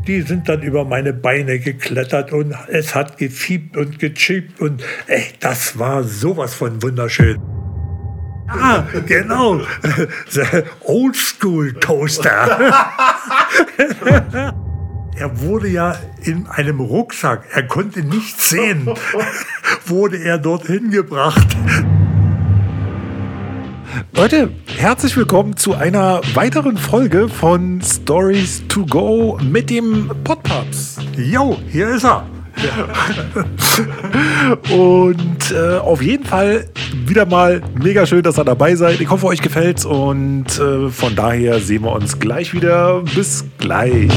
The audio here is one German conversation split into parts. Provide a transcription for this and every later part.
Die sind dann über meine Beine geklettert und es hat gefiebt und gechippt und das war sowas von wunderschön. Ah, genau. The Old School Toaster. Er wurde ja in einem Rucksack, er konnte nichts sehen, wurde er dorthin gebracht. Leute, herzlich willkommen zu einer weiteren Folge von Stories to Go mit dem Podpaps. Jo, hier ist er. Und auf jeden Fall wieder mal mega schön, dass ihr dabei seid. Ich hoffe, euch gefällt's und von daher sehen wir uns gleich wieder. Bis gleich.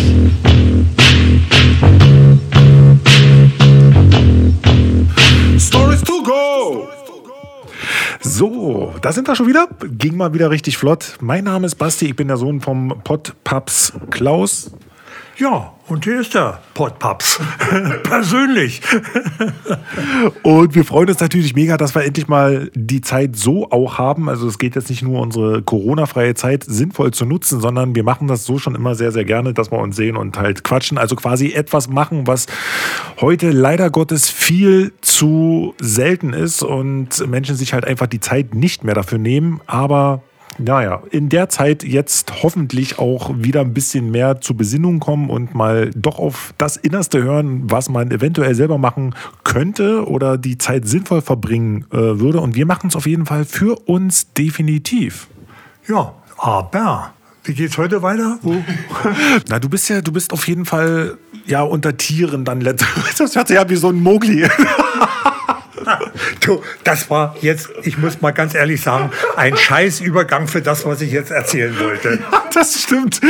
Stories to Go! So, da sind wir schon wieder. Ging mal wieder richtig flott. Mein Name ist Basti, ich bin der Sohn vom Podpaps Klaus. Ja, und hier ist der Podpaps. Persönlich. Und wir freuen uns natürlich mega, dass wir endlich mal die Zeit so auch haben. Also es geht jetzt nicht nur unsere Corona-freie Zeit sinnvoll zu nutzen, sondern wir machen das so schon immer sehr, sehr gerne, dass wir uns sehen und halt quatschen. Also quasi etwas machen, was heute leider Gottes viel zu selten ist und Menschen sich halt einfach die Zeit nicht mehr dafür nehmen. Aber naja, in der Zeit jetzt hoffentlich auch wieder ein bisschen mehr zur Besinnung kommen und mal doch auf das Innerste hören, was man eventuell selber machen könnte oder die Zeit sinnvoll verbringen würde. Und wir machen es auf jeden Fall für uns definitiv. Ja, aber wie geht's heute weiter? Na, du bist auf jeden Fall ja unter Tieren dann letztendlich. Das hört sich ja wie so ein Mogli. Du, das war jetzt, ich muss mal ganz ehrlich sagen, ein Scheißübergang für das, was ich jetzt erzählen wollte. Ja, das stimmt.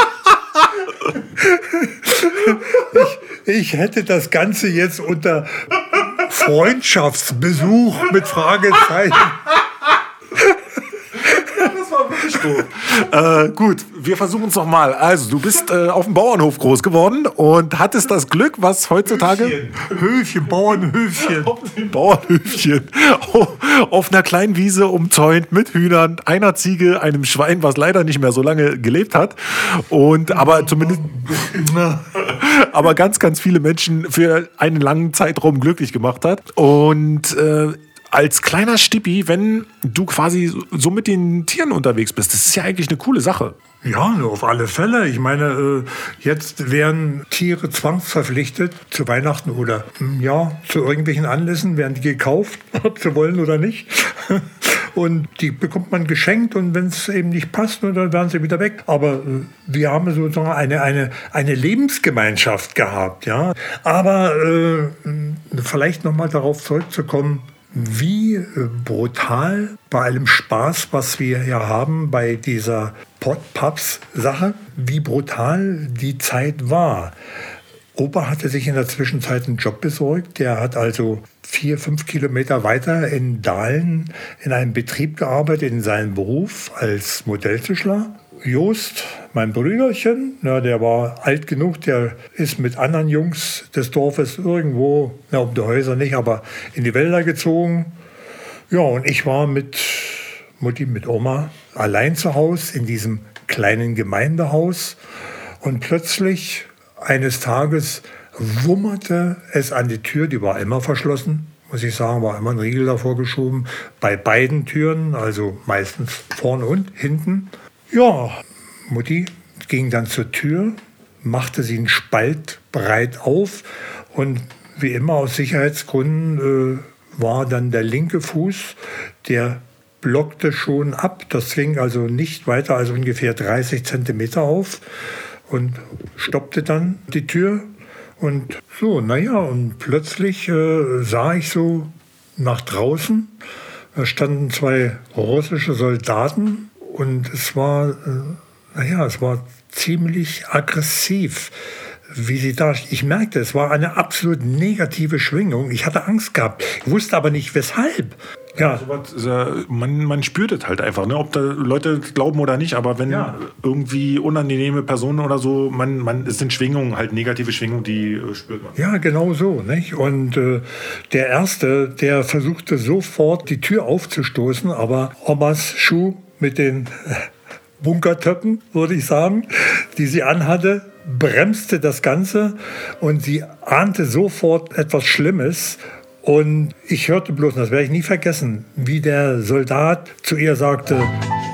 Ich hätte das Ganze jetzt unter Freundschaftsbesuch mit Fragezeichen. Das war wirklich doof. Gut, wir versuchen es nochmal. Also, du bist auf dem Bauernhof groß geworden und hattest das Glück, was heutzutage... Höfchen, Bauernhöfchen. Bauernhöfchen. Auf einer kleinen Wiese umzäunt mit Hühnern, einer Ziege, einem Schwein, was leider nicht mehr so lange gelebt hat. Aber zumindest... aber ganz, ganz viele Menschen für einen langen Zeitraum glücklich gemacht hat. Und... als kleiner Stippi, wenn du quasi so mit den Tieren unterwegs bist, das ist ja eigentlich eine coole Sache. Ja, auf alle Fälle. Ich meine, jetzt werden Tiere zwangsverpflichtet zu Weihnachten oder ja, zu irgendwelchen Anlässen werden die gekauft, ob sie wollen oder nicht. Und die bekommt man geschenkt und wenn es eben nicht passt, dann werden sie wieder weg. Aber wir haben sozusagen eine Lebensgemeinschaft gehabt. Ja? Aber vielleicht nochmal darauf zurückzukommen, wie brutal bei allem Spaß, was wir hier haben, bei dieser Podpaps-Sache, wie brutal die Zeit war. Opa hatte sich in der Zwischenzeit einen Job besorgt. Der hat also 4-5 Kilometer weiter in Dahlen in einem Betrieb gearbeitet, in seinem Beruf als Modelltischler. Jost, mein Brüderchen, der war alt genug, der ist mit anderen Jungs des Dorfes irgendwo, um die Häuser nicht, aber in die Wälder gezogen. Ja, und ich war mit Mutti, mit Oma allein zu Hause in diesem kleinen Gemeindehaus. Und plötzlich eines Tages wummerte es an die Tür, die war immer verschlossen, muss ich sagen, war immer ein Riegel davor geschoben, bei beiden Türen, also meistens vorne und hinten. Ja, Mutti ging dann zur Tür, machte sie einen Spalt breit auf und wie immer aus Sicherheitsgründen war dann der linke Fuß, der blockte schon ab. Das ging also nicht weiter als ungefähr 30 Zentimeter auf und stoppte dann die Tür. Und so, und plötzlich sah ich so nach draußen, da standen 2 russische Soldaten. Und es war, es war ziemlich aggressiv, wie sie da. Ich merkte, es war eine absolut negative Schwingung. Ich hatte Angst gehabt. Ich wusste aber nicht, weshalb. Ja. Man spürt es halt einfach, ne? Ob da Leute glauben oder nicht, aber wenn irgendwie unangenehme Personen oder so, es sind Schwingungen, halt negative Schwingungen, die spürt man. Ja, genau so. Nicht? Und der Erste, der versuchte sofort die Tür aufzustoßen, aber Omas Schuh mit den Bunkertöppen, würde ich sagen, die sie anhatte, bremste das Ganze und sie ahnte sofort etwas Schlimmes. Und ich hörte bloß, das werde ich nie vergessen, wie der Soldat zu ihr sagte,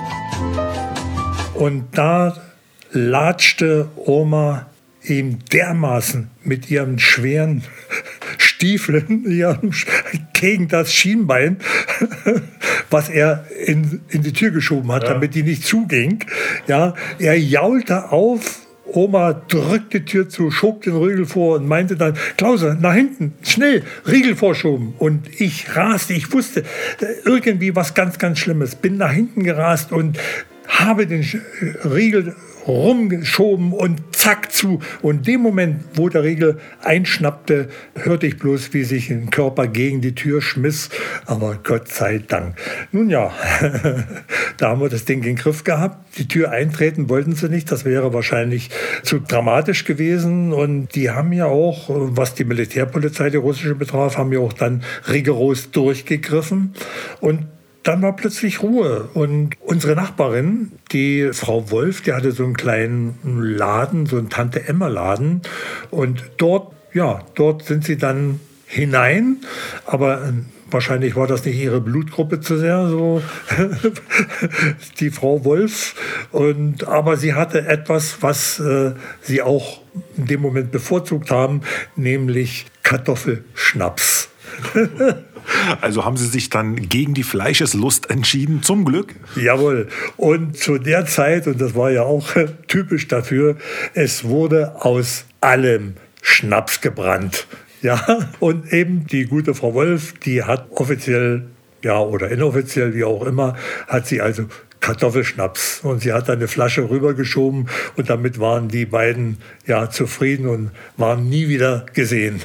und da latschte Oma ihm dermaßen mit ihren schweren Stiefeln gegen das Schienbein, was er in die Tür geschoben hat, damit die nicht zuging. Ja, er jaulte auf, Oma drückte die Tür zu, schob den Riegel vor und meinte dann, Klause, nach hinten, schnell, Riegel vorschoben. Und ich raste, ich wusste irgendwie was ganz, ganz Schlimmes. Bin nach hinten gerast und habe den Riegel rumgeschoben und zack zu. Und in dem Moment, wo der Riegel einschnappte, hörte ich bloß, wie sich ein Körper gegen die Tür schmiss. Aber Gott sei Dank. Nun ja, da haben wir das Ding in den Griff gehabt. Die Tür eintreten wollten sie nicht. Das wäre wahrscheinlich zu dramatisch gewesen. Und die haben ja auch, was die Militärpolizei, die russische betraf, haben ja auch dann rigoros durchgegriffen. Und dann war plötzlich Ruhe. Und unsere Nachbarin, die Frau Wolf, die hatte so einen kleinen Laden, so einen Tante-Emma-Laden. Und dort sind sie dann hinein. Aber wahrscheinlich war das nicht ihre Blutgruppe zu sehr, so die Frau Wolf. Aber sie hatte etwas, was sie auch in dem Moment bevorzugt haben, nämlich Kartoffelschnaps. Also haben Sie sich dann gegen die Fleischeslust entschieden, zum Glück? Jawohl. Und zu der Zeit, und das war ja auch typisch dafür, es wurde aus allem Schnaps gebrannt. Ja, und eben die gute Frau Wolf, die hat offiziell, ja, oder inoffiziell, wie auch immer, hat sie also Kartoffelschnaps. Und sie hat dann eine Flasche rübergeschoben und damit waren die beiden ja zufrieden und waren nie wieder gesehen.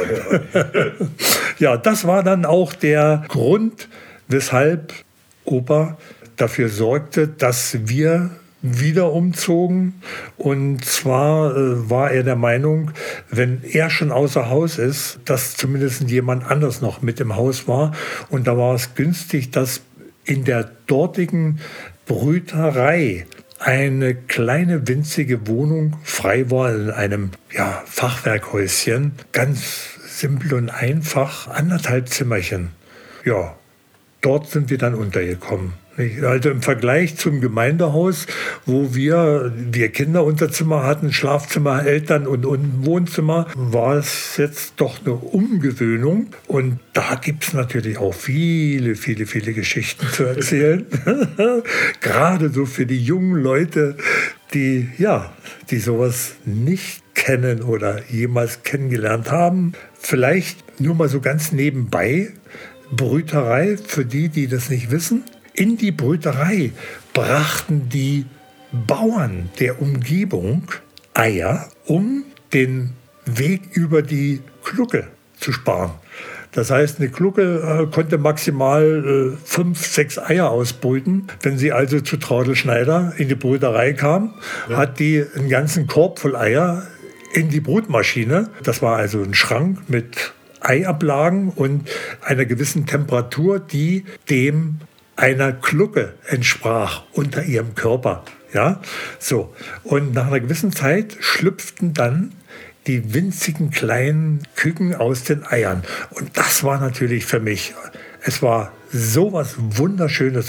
Ja, das war dann auch der Grund, weshalb Opa dafür sorgte, dass wir wieder umzogen. Und zwar war er der Meinung, wenn er schon außer Haus ist, dass zumindest jemand anders noch mit im Haus war. Und da war es günstig, dass in der dortigen Brüterei eine kleine winzige Wohnung frei war in einem Fachwerkhäuschen. Ganz simpel und einfach, 1,5 Zimmerchen. Ja, dort sind wir dann untergekommen. Also im Vergleich zum Gemeindehaus, wo wir Kinderunterzimmer hatten, Schlafzimmer, Eltern und Wohnzimmer, war es jetzt doch eine Umgewöhnung. Und da gibt es natürlich auch viele, viele, viele Geschichten zu erzählen. Gerade so für die jungen Leute, die sowas nicht kennen oder jemals kennengelernt haben. Vielleicht nur mal so ganz nebenbei, Brüterei, für die das nicht wissen. In die Brüterei brachten die Bauern der Umgebung Eier, um den Weg über die Glucke zu sparen. Das heißt, eine Glucke konnte maximal 5, 6 Eier ausbrüten. Wenn sie also zu Traudl Schneider in die Brüterei kam, hat die einen ganzen Korb voll Eier in die Brutmaschine. Das war also ein Schrank mit Eiablagen und einer gewissen Temperatur, die dem einer Glucke entsprach unter ihrem Körper. Ja, so. Und nach einer gewissen Zeit schlüpften dann die winzigen kleinen Küken aus den Eiern. Und das war natürlich für mich, es war sowas Wunderschönes,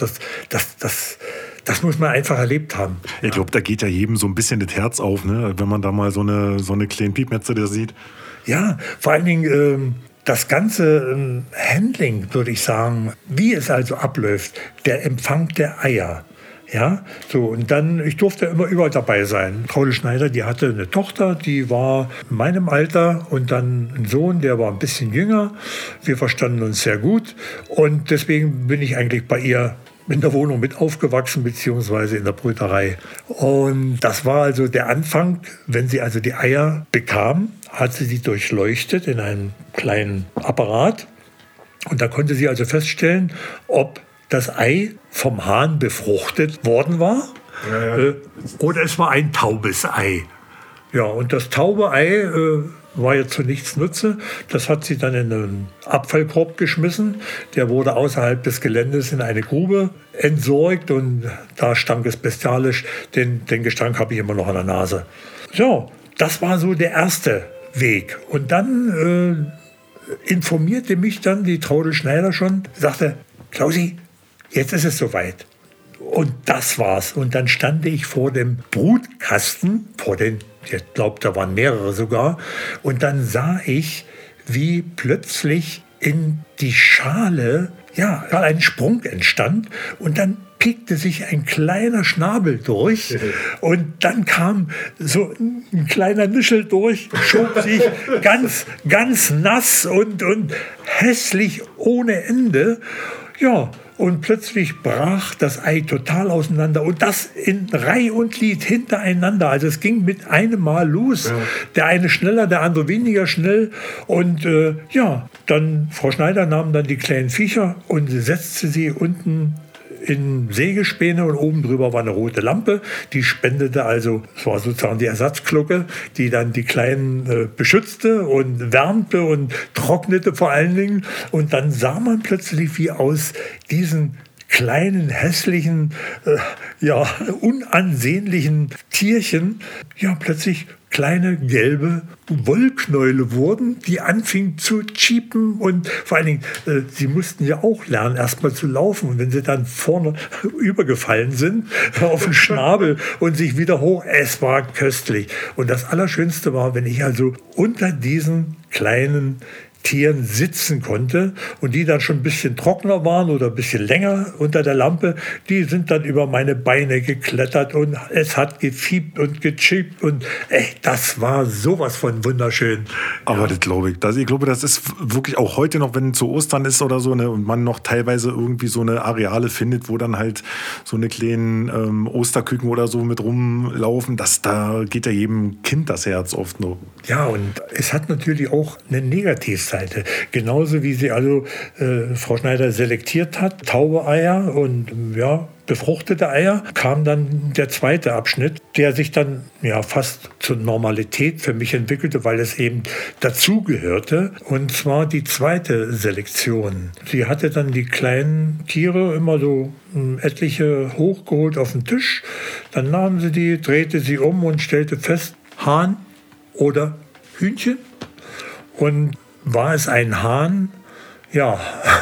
das muss man einfach erlebt haben. Ich glaube, da geht ja jedem so ein bisschen das Herz auf, ne? Wenn man da mal so eine kleine Piepmetze da sieht. Ja, vor allen Dingen das ganze Handling, würde ich sagen, wie es also abläuft, der Empfang der Eier. Ja, so, und dann, ich durfte immer überall dabei sein. Traudl Schneider, die hatte eine Tochter, die war in meinem Alter und dann ein Sohn, der war ein bisschen jünger. Wir verstanden uns sehr gut und deswegen bin ich eigentlich bei ihr in der Wohnung mit aufgewachsen, beziehungsweise in der Brüterei. Und das war also der Anfang. Wenn sie also die Eier bekam, hat sie durchleuchtet in einem kleinen Apparat. Und da konnte sie also feststellen, ob das Ei vom Hahn befruchtet worden war oder es war ein taubes Ei. Ja, und das taube Ei war jetzt zu nichts Nutze. Das hat sie dann in einen Abfallkorb geschmissen. Der wurde außerhalb des Geländes in eine Grube entsorgt und da stank es bestialisch. Den Gestank habe ich immer noch an der Nase. So, das war so der erste Weg. Und dann informierte mich dann die Traudl Schneider schon, sagte, Klausi, jetzt ist es soweit. Und das war's. Und dann stand ich vor dem Brutkasten, ich glaube, da waren mehrere sogar, und dann sah ich, wie plötzlich in die Schale ein Sprung entstand und dann piekte sich ein kleiner Schnabel durch und dann kam so ein kleiner Nischel durch, schob sich ganz, ganz nass und hässlich ohne Ende. Ja, und plötzlich brach das Ei total auseinander und das in Reih und Glied hintereinander. Also es ging mit einem Mal los. Ja. Der eine schneller, der andere weniger schnell. Und dann Frau Schneider nahm dann die kleinen Viecher und setzte sie unten in Sägespäne und oben drüber war eine rote Lampe. Die spendete also, das war sozusagen die Ersatzglocke, die dann die Kleinen beschützte und wärmte und trocknete vor allen Dingen. Und dann sah man plötzlich, wie aus diesen kleinen, hässlichen, unansehnlichen Tierchen plötzlich kleine gelbe Wollknäule wurden, die anfingen zu chiepen und vor allen Dingen, sie mussten ja auch lernen, erstmal zu laufen. Und wenn sie dann vorne übergefallen sind, auf den Schnabel und sich wieder hoch, es war köstlich. Und das Allerschönste war, wenn ich also unter diesen kleinen Tieren sitzen konnte und die dann schon ein bisschen trockener waren oder ein bisschen länger unter der Lampe, die sind dann über meine Beine geklettert und es hat gefiebt und gechippt und das war sowas von wunderschön. Aber das glaube ich. Ich glaube, das ist wirklich auch heute noch, wenn zu Ostern ist oder so, ne, und man noch teilweise irgendwie so eine Areale findet, wo dann halt so eine kleinen Osterküken oder so mit rumlaufen, da geht ja jedem Kind das Herz oft noch. Ja, und es hat natürlich auch eine Negativseite. Genauso wie sie also Frau Schneider selektiert hat, taube Eier und befruchtete Eier, kam dann der zweite Abschnitt, der sich dann fast zur Normalität für mich entwickelte, weil es eben dazugehörte. Und zwar die zweite Selektion. Sie hatte dann die kleinen Tiere immer so etliche hochgeholt auf den Tisch. Dann nahm sie die, drehte sie um und stellte fest, Hahn oder Hühnchen. Und war es ein Hahn? Ja,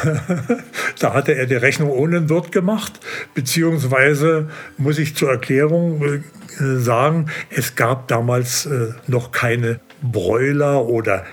da hatte er die Rechnung ohne den Wirt gemacht, beziehungsweise muss ich zur Erklärung sagen, es gab damals noch keine Bräuler oder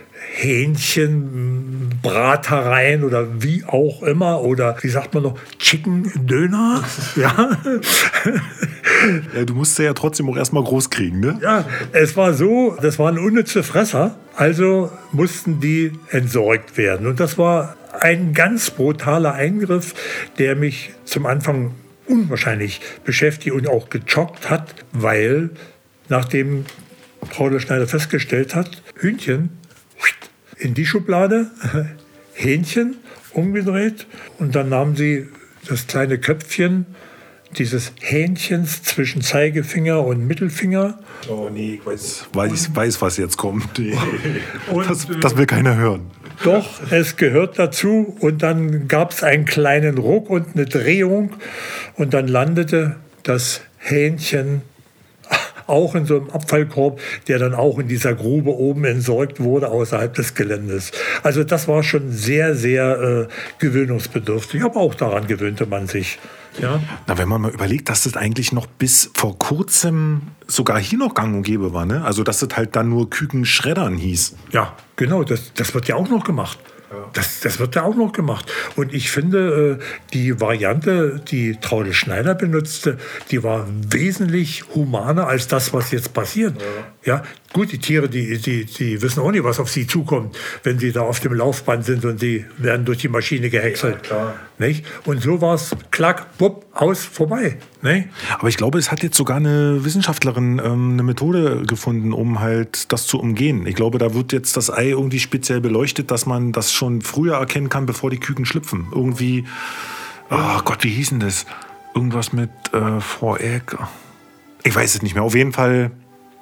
Hähnchenbratereien oder wie auch immer oder wie sagt man noch, Chicken Döner, ja. Ja, du musst sie ja trotzdem auch erstmal groß kriegen, ne? Ja, es war so, das waren unnütze Fresser, also mussten die entsorgt werden. Und das war ein ganz brutaler Eingriff, der mich zum Anfang unwahrscheinlich beschäftigt und auch gechockt hat, weil nachdem Traudl Schneider festgestellt hat, Hühnchen in die Schublade, Hähnchen umgedreht und dann nahm sie das kleine Köpfchen dieses Hähnchens zwischen Zeigefinger und Mittelfinger. Oh nee, ich weiß, was jetzt kommt. Und das will keiner hören. Doch, es gehört dazu und dann gab es einen kleinen Ruck und eine Drehung und dann landete das Hähnchen auch in so einem Abfallkorb, der dann auch in dieser Grube oben entsorgt wurde, außerhalb des Geländes. Also das war schon sehr, sehr gewöhnungsbedürftig, aber auch daran gewöhnte man sich. Ja. Na, wenn man mal überlegt, dass das eigentlich noch bis vor kurzem sogar hier noch gang und gäbe war, ne? Also dass das halt dann nur Kükenschreddern hieß. Ja, genau, das wird ja auch noch gemacht. Das wird ja auch noch gemacht. Und ich finde, die Variante, die Traudl Schneider benutzte, die war wesentlich humaner als das, was jetzt passiert. Ja, gut, die Tiere, die wissen auch nicht, was auf sie zukommt, wenn sie da auf dem Laufband sind und sie werden durch die Maschine gehäckselt. Ja, klar. Nicht? Und so war es, klack, bupp, aus, vorbei. Nicht? Aber ich glaube, es hat jetzt sogar eine Wissenschaftlerin eine Methode gefunden, um halt das zu umgehen. Ich glaube, da wird jetzt das Ei irgendwie speziell beleuchtet, dass man das schon früher erkennen kann, bevor die Küken schlüpfen. Irgendwie, oh Gott, wie hieß denn das? Irgendwas mit Frau Eck. Ich weiß es nicht mehr. Auf jeden Fall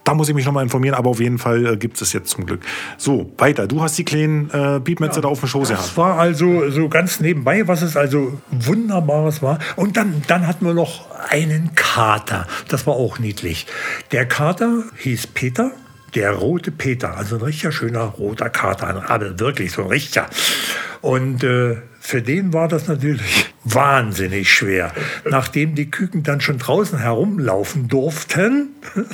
Da muss ich mich nochmal informieren, aber auf jeden Fall gibt es jetzt zum Glück. So, weiter. Du hast die kleinen Piepmetze da auf dem Schoß gehabt. Das war also so ganz nebenbei, was es also Wunderbares war. Und dann hatten wir noch einen Kater. Das war auch niedlich. Der Kater hieß Peter, der rote Peter. Also ein richtig schöner roter Kater. Aber wirklich so ein richtiger. Und für den war das natürlich wahnsinnig schwer. Nachdem die Küken dann schon draußen herumlaufen durften,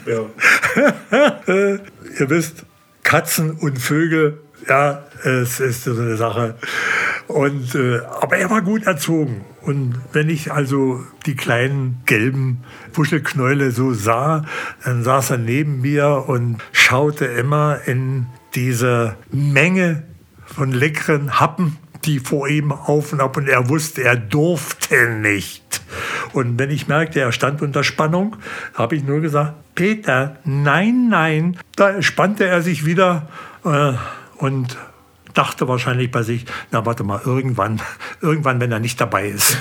ihr wisst, Katzen und Vögel, ja, es ist so eine Sache. Und, aber er war gut erzogen. Und wenn ich also die kleinen gelben Wuschelknäule so sah, dann saß er neben mir und schaute immer in diese Menge von leckeren Happen, die vor ihm auf und ab, und er wusste, er durfte nicht. Und wenn ich merkte, er stand unter Spannung, habe ich nur gesagt, Peter, nein, nein. Da spannte er sich wieder und dachte wahrscheinlich bei sich, na warte mal, irgendwann, wenn er nicht dabei ist.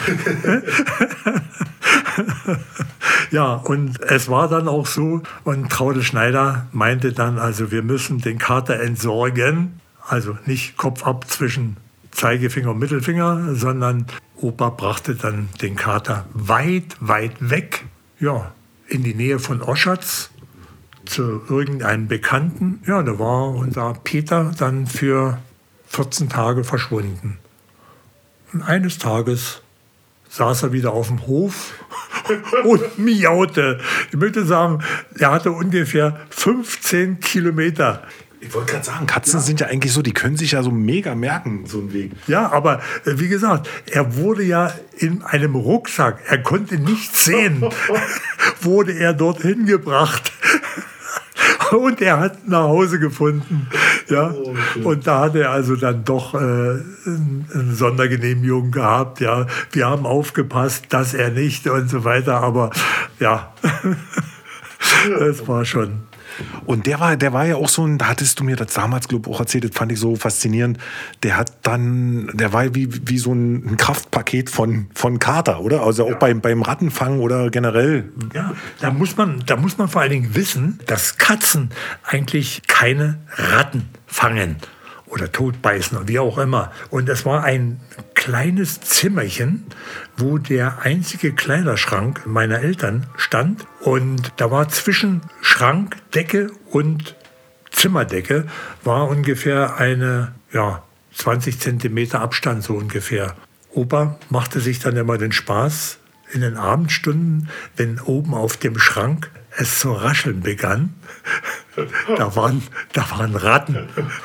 Ja, und es war dann auch so, und Traudl Schneider meinte dann, also wir müssen den Kater entsorgen, also nicht Kopf ab zwischen Zeigefinger und Mittelfinger, sondern Opa brachte dann den Kater weit, weit weg, ja, in die Nähe von Oschatz zu irgendeinem Bekannten. Ja, da war unser Peter dann für 14 Tage verschwunden. Und eines Tages saß er wieder auf dem Hof und miaute. Ich möchte sagen, er hatte ungefähr 15 Kilometer. Ich wollte gerade sagen, Katzen sind ja eigentlich so, die können sich ja so mega merken, so einen Weg. Ja, aber wie gesagt, er wurde ja in einem Rucksack, er konnte nichts sehen, wurde er dorthin gebracht. Und er hat nach Hause gefunden. Ja? Und da hat er also dann doch eine Sondergenehmigung gehabt. Ja? Wir haben aufgepasst, dass er nicht und so weiter. Aber ja, das war schon. Und der war ja auch so ein, da hattest du mir das damals, glaube ich, auch erzählt, das fand ich so faszinierend. Der war wie so ein Kraftpaket von Kater, oder? Also auch beim Rattenfang oder generell. Ja, da muss man vor allen Dingen wissen, dass Katzen eigentlich keine Ratten fangen oder totbeißen oder wie auch immer. Und es war ein kleines Zimmerchen, wo der einzige Kleiderschrank meiner Eltern stand. Und da war zwischen Schrankdecke und Zimmerdecke war ungefähr eine 20 Zentimeter Abstand so ungefähr. Opa machte sich dann immer den Spaß in den Abendstunden, wenn oben auf dem Schrank es zu rascheln begann. Da waren Ratten.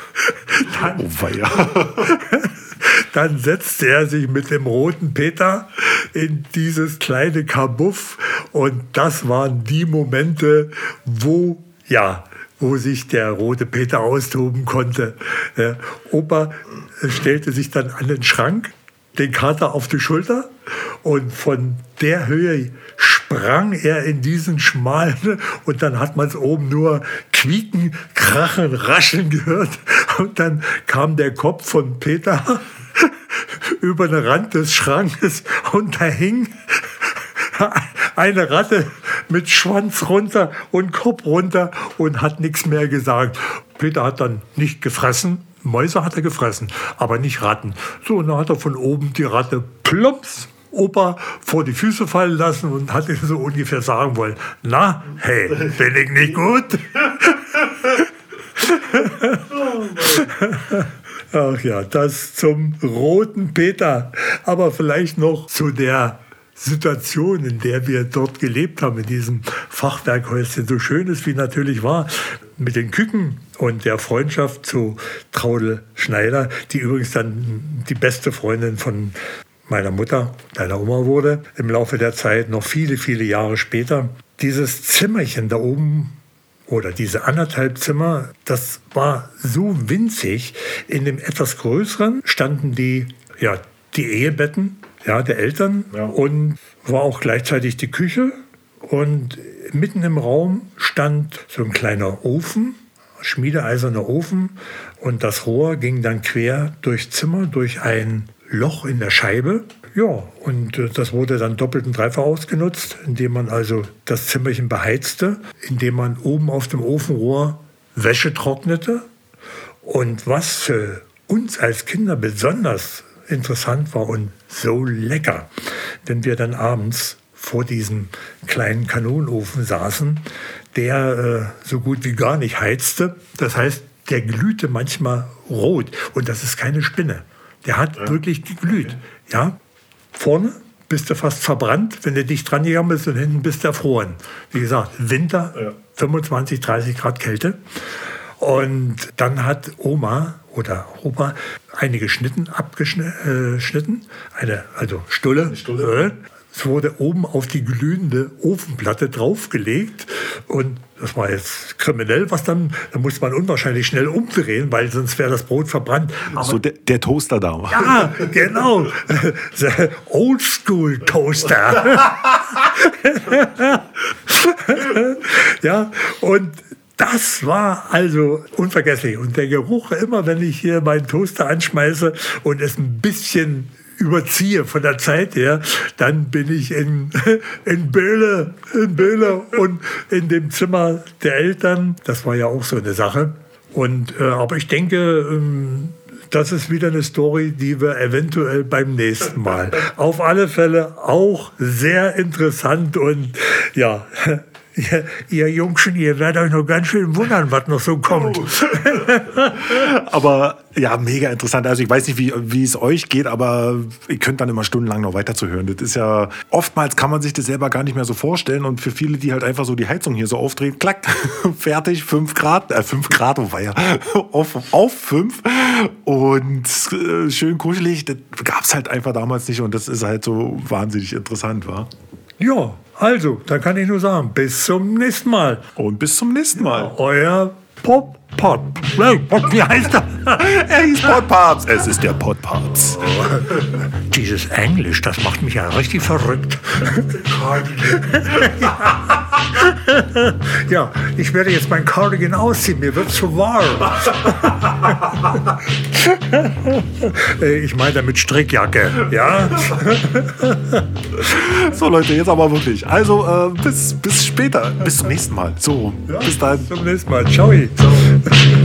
Dann setzte er sich mit dem roten Peter in dieses kleine Kabuff, und das waren die Momente, wo sich der rote Peter austoben konnte. Opa stellte sich dann an den Schrank, den Kater auf die Schulter, und von der Höhe sprang er in diesen schmalen, und dann hat man es oben nur quieken, krachen, rascheln gehört, und dann kam der Kopf von Peter über den Rand des Schrankes, und da hing eine Ratte mit Schwanz runter und Kopf runter und hat nichts mehr gesagt. Peter hat dann nicht gefressen. Mäuse hat er gefressen, aber nicht Ratten. So, und dann hat er von oben die Ratte plumps Opa vor die Füße fallen lassen und hat ihm so ungefähr sagen wollen, na, hey, bin ich nicht gut? Ach ja, das zum roten Peter. Aber vielleicht noch zu der Situation, in der wir dort gelebt haben, in diesem Fachwerkhäuschen, so schön es wie natürlich war, mit den Küken und der Freundschaft zu Traudl Schneider, die übrigens dann die beste Freundin von meiner Mutter, deiner Oma wurde, im Laufe der Zeit, noch viele, viele Jahre später. Dieses Zimmerchen da oben, oder diese 1,5 Zimmer, das war so winzig. In dem etwas größeren standen die Ehebetten der Eltern, und war auch gleichzeitig die Küche. Und mitten im Raum stand so ein kleiner Ofen, schmiedeeiserner Ofen, und das Rohr ging dann quer durchs Zimmer, durch ein Loch in der Scheibe. das wurde dann doppelt und dreifach ausgenutzt, indem man also das Zimmerchen beheizte, indem man oben auf dem Ofenrohr Wäsche trocknete. Und was für uns als Kinder besonders interessant war und so lecker, wenn wir dann abends vor diesem kleinen Kanonenofen saßen, der so gut wie gar nicht heizte. Das heißt, der glühte manchmal rot. Und das ist keine Spinne. Der hat wirklich geglüht. Ja? Vorne bist du fast verbrannt, wenn du dicht dran gegangen bist, und hinten bist du erfroren. Wie gesagt, Winter, 25, 30 Grad Kälte. Und dann hat Oma oder Opa einige Schnitten abgeschnitten, also Stulle. Es wurde oben auf die glühende Ofenplatte draufgelegt und das war jetzt kriminell, da musste man unwahrscheinlich schnell umdrehen, weil sonst wäre das Brot verbrannt. Aber so der Toaster da war. Ja, genau. Der Oldschool-Toaster. Ja, und das war also unvergesslich. Und der Geruch, immer wenn ich hier meinen Toaster anschmeiße und es ein bisschen überziehe von der Zeit her, dann bin ich in Böhle und in dem Zimmer der Eltern. Das war ja auch so eine Sache. Aber ich denke, das ist wieder eine Story, die wir eventuell beim nächsten Mal. Auf alle Fälle auch sehr interessant und ja. Ihr Jungschen, ihr werdet euch noch ganz schön wundern, was noch so kommt. Aber ja, mega interessant. Also ich weiß nicht, wie es euch geht, aber ihr könnt dann immer stundenlang noch weiter zu hören. Das ist ja, oftmals kann man sich das selber gar nicht mehr so vorstellen. Und für viele, die halt einfach so die Heizung hier so aufdrehen, klack, fertig, 5 Grad, wo war ja, auf 5. Und schön kuschelig, das gab es halt einfach damals nicht. Und das ist halt so wahnsinnig interessant, wa? Ja. Also, da kann ich nur sagen, bis zum nächsten Mal. Und bis zum nächsten Mal. Euer Pod. Wie heißt er? Er hieß Podpapst. Es ist der Podpapst. Oh, dieses Englisch, das macht mich ja richtig verrückt. Ja, ich werde jetzt mein Cardigan ausziehen, mir wird zu warm. Ich meine damit Strickjacke, ja? So Leute, jetzt aber wirklich. Also bis später, bis zum nächsten Mal. So, ja, bis dann. Bis zum nächsten Mal. Ciao.